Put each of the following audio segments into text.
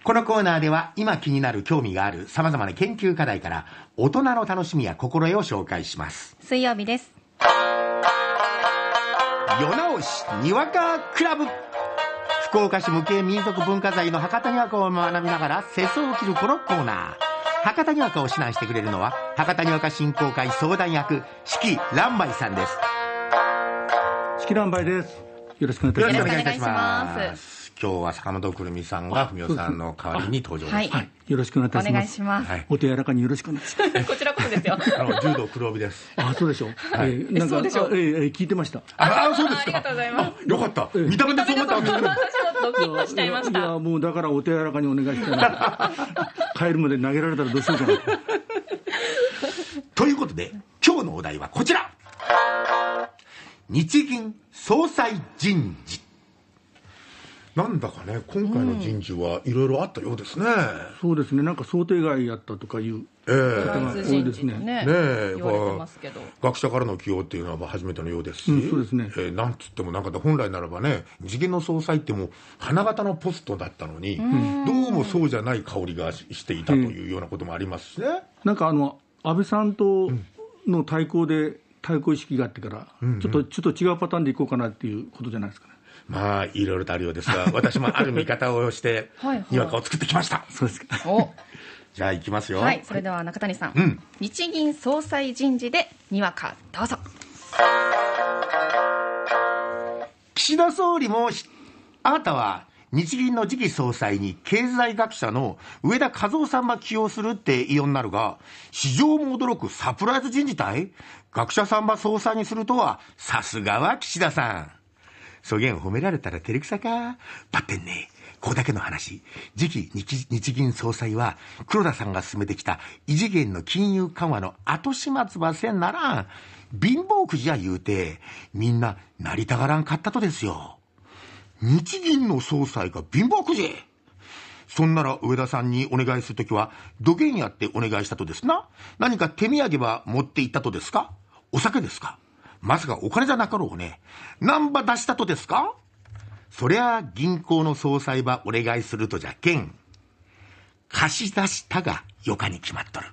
このコーナーでは今気になる興味がある様々な研究課題から大人の楽しみや心得を紹介します。 水曜日です。 夜直しにわかクラブ。福岡市無形民俗文化財の博多にわかを学びながら世相を切るこのコーナー。博多にわかを指南してくれるのは博多にわか振興会相談役四季蘭梅さんです。 四季蘭梅です。よろしくお願いいたします。 今日は坂本くるみさんが文雄さんの代わりに登場です。 はい、 よろしくお願いいたします。 お願いします。 お手柔らかによろしくお願いします。 こちらこそですよ。 柔道黒帯です。 そうでしょう。なんかそうでしょう。 聞いてました。 そうですか。 ありがとうございます。 よかった。見た目でそう思ったわけですけど。 私もドキッとしちゃいました。 いやもうだからお手柔らかにお願いして帰るまで投げられたらどうしようかなということで今日のお題はこちら。日銀総裁人事。なんだかね、今回の人事はいろいろあったようですね。 そうですね、なんか想定外やったとかいうフランス人事ね、言われてますけど、 学者からの起用っていうのは初めてのようですし、 そうですね、 なんつってもなんか本来ならばね、日銀の総裁ってもう花形のポストだったのに、どうもそうじゃない香りがしていたというようなこともありますしね。 なんか安倍さんとの対抗意識があってから、ちょっと違うパターンでいこうかなっていうことじゃないですかね。 まあいろいろとあるようですが、私もある見方をしてにわかを作ってきました。 そうですか。 じゃあいきますよ。 はい、それでは中谷さん、日銀総裁人事でにわかどうぞ。 岸田総理もあなたは日銀の次期総裁に経済学者の上田和夫さんが起用するって言いようになるが、市場も驚くサプライズ人事体、学者さんが総裁にするとはさすがは岸田さん。そげん褒められたら照れくさか。ばってんね、ここだけの話、次期日銀総裁は黒田さんが進めてきた異次元の金融緩和の後始末ばせんなら貧乏くじや言うてみんななりたがらんかったとですよ。日銀の総裁が貧乏くじ。そんなら上田さんにお願いするときはどげんやってお願いしたとですな。何か手土産は持っていったとですか。お酒ですか。まさかお金じゃなかろうね。何ば出したとですか。そりゃ銀行の総裁ばお願いするとじゃけん、貸し出したがよかに決まっとる。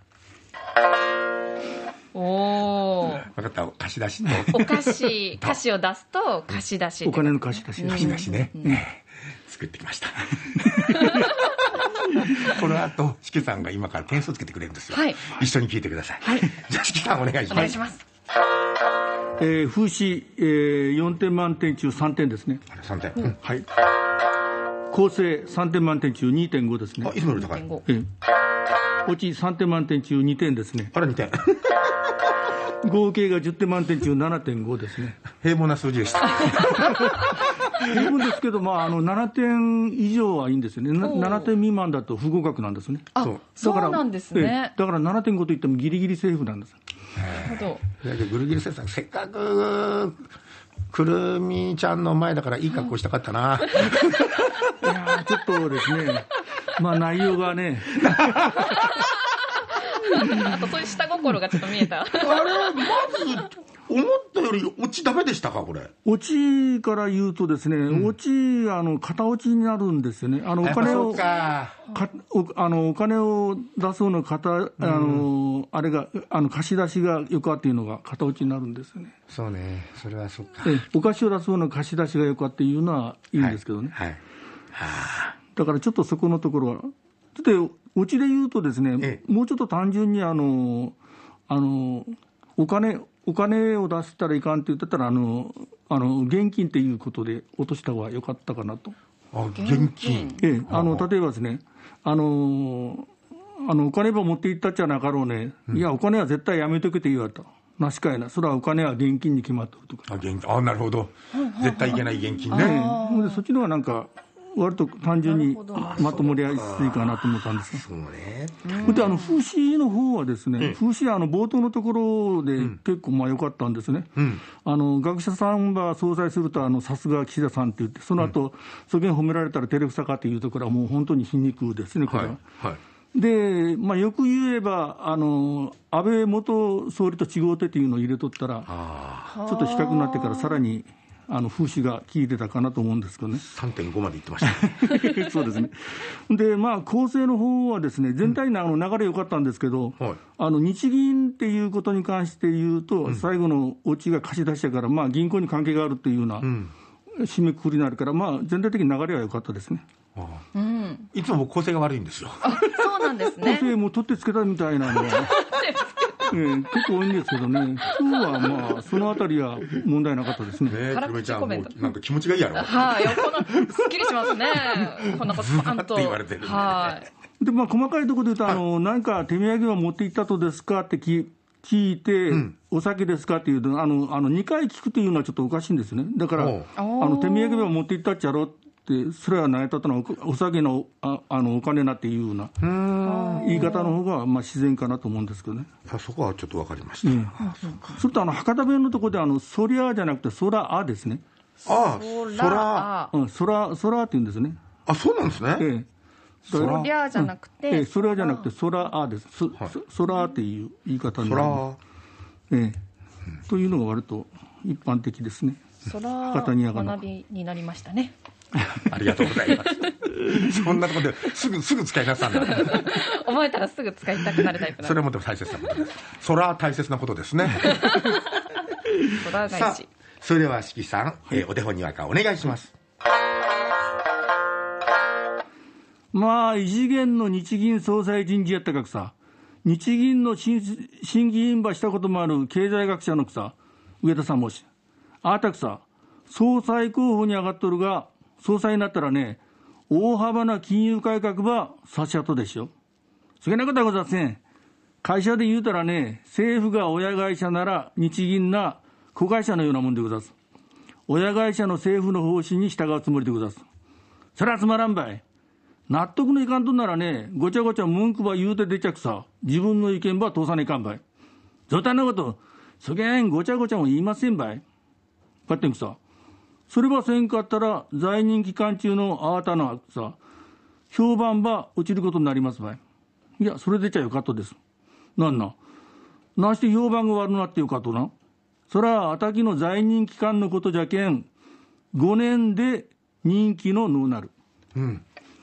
分かった。貸し出しとお菓子を出すと貸し出し、 お金の貸し出し、 貸し出しね、作ってきましたこの後四季さんが今から点数つけてくれるんですよ、一緒に聞いてください、じゃあ四季さんお願いします。 お願いします。 風刺、4点満点中3点ですね。 3点、 はい。構成3点満点中 2.5 ですね。 いつもより高い。 落ち3点満点中2点ですね。 あら2点合計が10点満点中 7.5 ですね。 平凡な数字でした平凡ですけど、7点以上はいいんですよね。7点未満だと不合格なんですね。 そうなんですね。 だから 7.5 といってもギリギリセーフなんです。 なるほど。 ぐるぎるせっかくくるみちゃんの前だからいい格好したかったな、 いやちょっとですね、内容がねあとそういう下心がちょっと見えた。 あれまず思ったより落ちダメでしたか。これ落ちから言うとですね、落ち片落ちになるんですよね。お金を出すのあれが貸し出しがよかっていうのが片落ちになるんですよね。 そうね、それはそうか。 お菓子を出すの貸し出しがよかっていうのはいいんですけどね、だからちょっとそこのところはで落ちで言うとですね、もうちょっと単純にお金を出したらいかんって言ってたら現金っていうことで落とした方が良かったかなと。 現金、 例えばですね、お金ば持っていったっちゃなかろうね、いやお金は絶対やめとけって言われた。なしかいな、それはお金は現金に決まってるとか。 なるほど、絶対いけない現金ね。 でそっちの方がなんか割と単純にまともりやすいかなと思ったんですそうね。 で風刺の方はですね、風刺冒頭のところで結構良かったんですね、学者さんが総裁するとさすが岸田さんって言って、その後、そげん褒められたら照れくさかっていうところはもう本当に皮肉ですね、これは。でよく言えば安倍元総理と違う手っていうのを入れとったらちょっと比較になってからさらに風刺が効いてたかなと思うんですけどね。 3.5 までいってましたね。 そうですね。で、構成の方はですね、全体の流れ良かったんですけど、日銀っていうことに関して言うと、最後のオチが貸し出したから、銀行に関係があるっていうような締めくくりになるから、全体的に流れは良かったですね。 いつも構成が悪いんですよ。 そうなんですね。 構成も取ってつけたみたいなのは結構多いんですけどね、今日はそのあたりは問題なかったですね。 くるめちゃん、もうなんか気持ちがいいやろ。 はい、すっきりしますね。こんなことパンと。 言われてるんで。 で、細かいところで言うと、何か手土産は持って行ったとですかって聞いて、お酒ですかっていうと、2回聞くというのはちょっとおかしいんですね。だから、手土産は持って行ったっちゃろって、それは何やったのお酒のお金なっていうような言い方の方が自然かなと思うんですけどね。 そこはちょっと分かりました。 それと博多弁のところでソリャーじゃなくてソラアですね。 ソラって言うんですね。 そうなんですね。 ソリャーじゃなくて、 ソリャーじゃなくてソラアです。ソラっていう言い方になります。というのが割と一般的ですね。 ソラ学びになりましたね。 ありがとうございます。そんなところですぐ使いなさんだ。 思えたらすぐ使いたくなるタイプなんです。 それも大切なことです。それは大切なことですね。 それは大事。 それでは四季さん、お手本にわかお願いします。 異次元の日銀総裁人事やったかくさ、日銀の審議委員ばしたこともある経済学者のくさ、上田さんもし、あたくさ、総裁候補に上がっとるが、総裁になったらね、大幅な金融改革は差し後でしょ。そげなことはございません。会社で言うたらね、政府が親会社なら日銀な子会社のようなもんでございます。親会社の政府の方針に従うつもりでございます。それはつまらんばい。納得のいかんとならね、ごちゃごちゃ文句ば言うて出ちゃくさ、自分の意見ば通さねえかんばい。冗談のこと、そげんごちゃごちゃも言いませんばい。かってんくさ。そればせんかったら、在任期間中のあなたのさ、評判ば落ちることになりますばい。いや、それでちゃよかとです。なんして評判が悪なってよかとな。そら、あたきの在任期間のことじゃけん、5年で任期ののなる。 人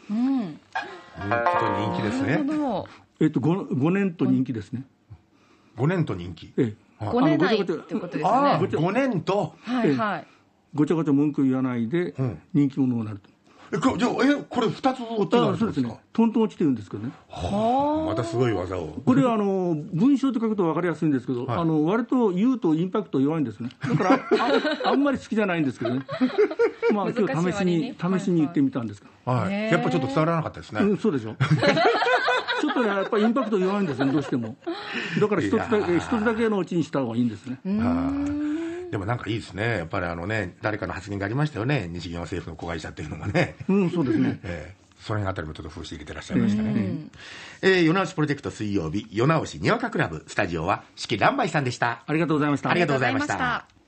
気ですね。 5年と任期ですね。 5年と任期。 5年内ってことですね。 5年と。 ごちゃごちゃ文句言わないで人気者になると。 これ2つ落ちがあるんですか？ そうですね。トントン落ちてるんですけどね。 またすごい技を。 これは文章と書くと分かりやすいんですけど、割と言うとインパクト弱いんですね。だからあんまり好きじゃないんですけどね。今日試しに言ってみたんですけど。 やっぱちょっと伝わらなかったですね。 そうでしょ。ちょっとね、やっぱりインパクト弱いんですね、どうしても。だから一つだけのうちにした方がいいんですね。 でもなんかいいですね。やっぱり誰かの発言がありましたよね。日銀は政府の子会社っていうのがね。 そうですね。 その辺あたりもちょっと風刺入れてらっしゃいましたね。夜直しプロジェクト水曜日、夜直しにわかクラブ、スタジオは四季乱梅さんでした。 ありがとうございました。 ありがとうございました。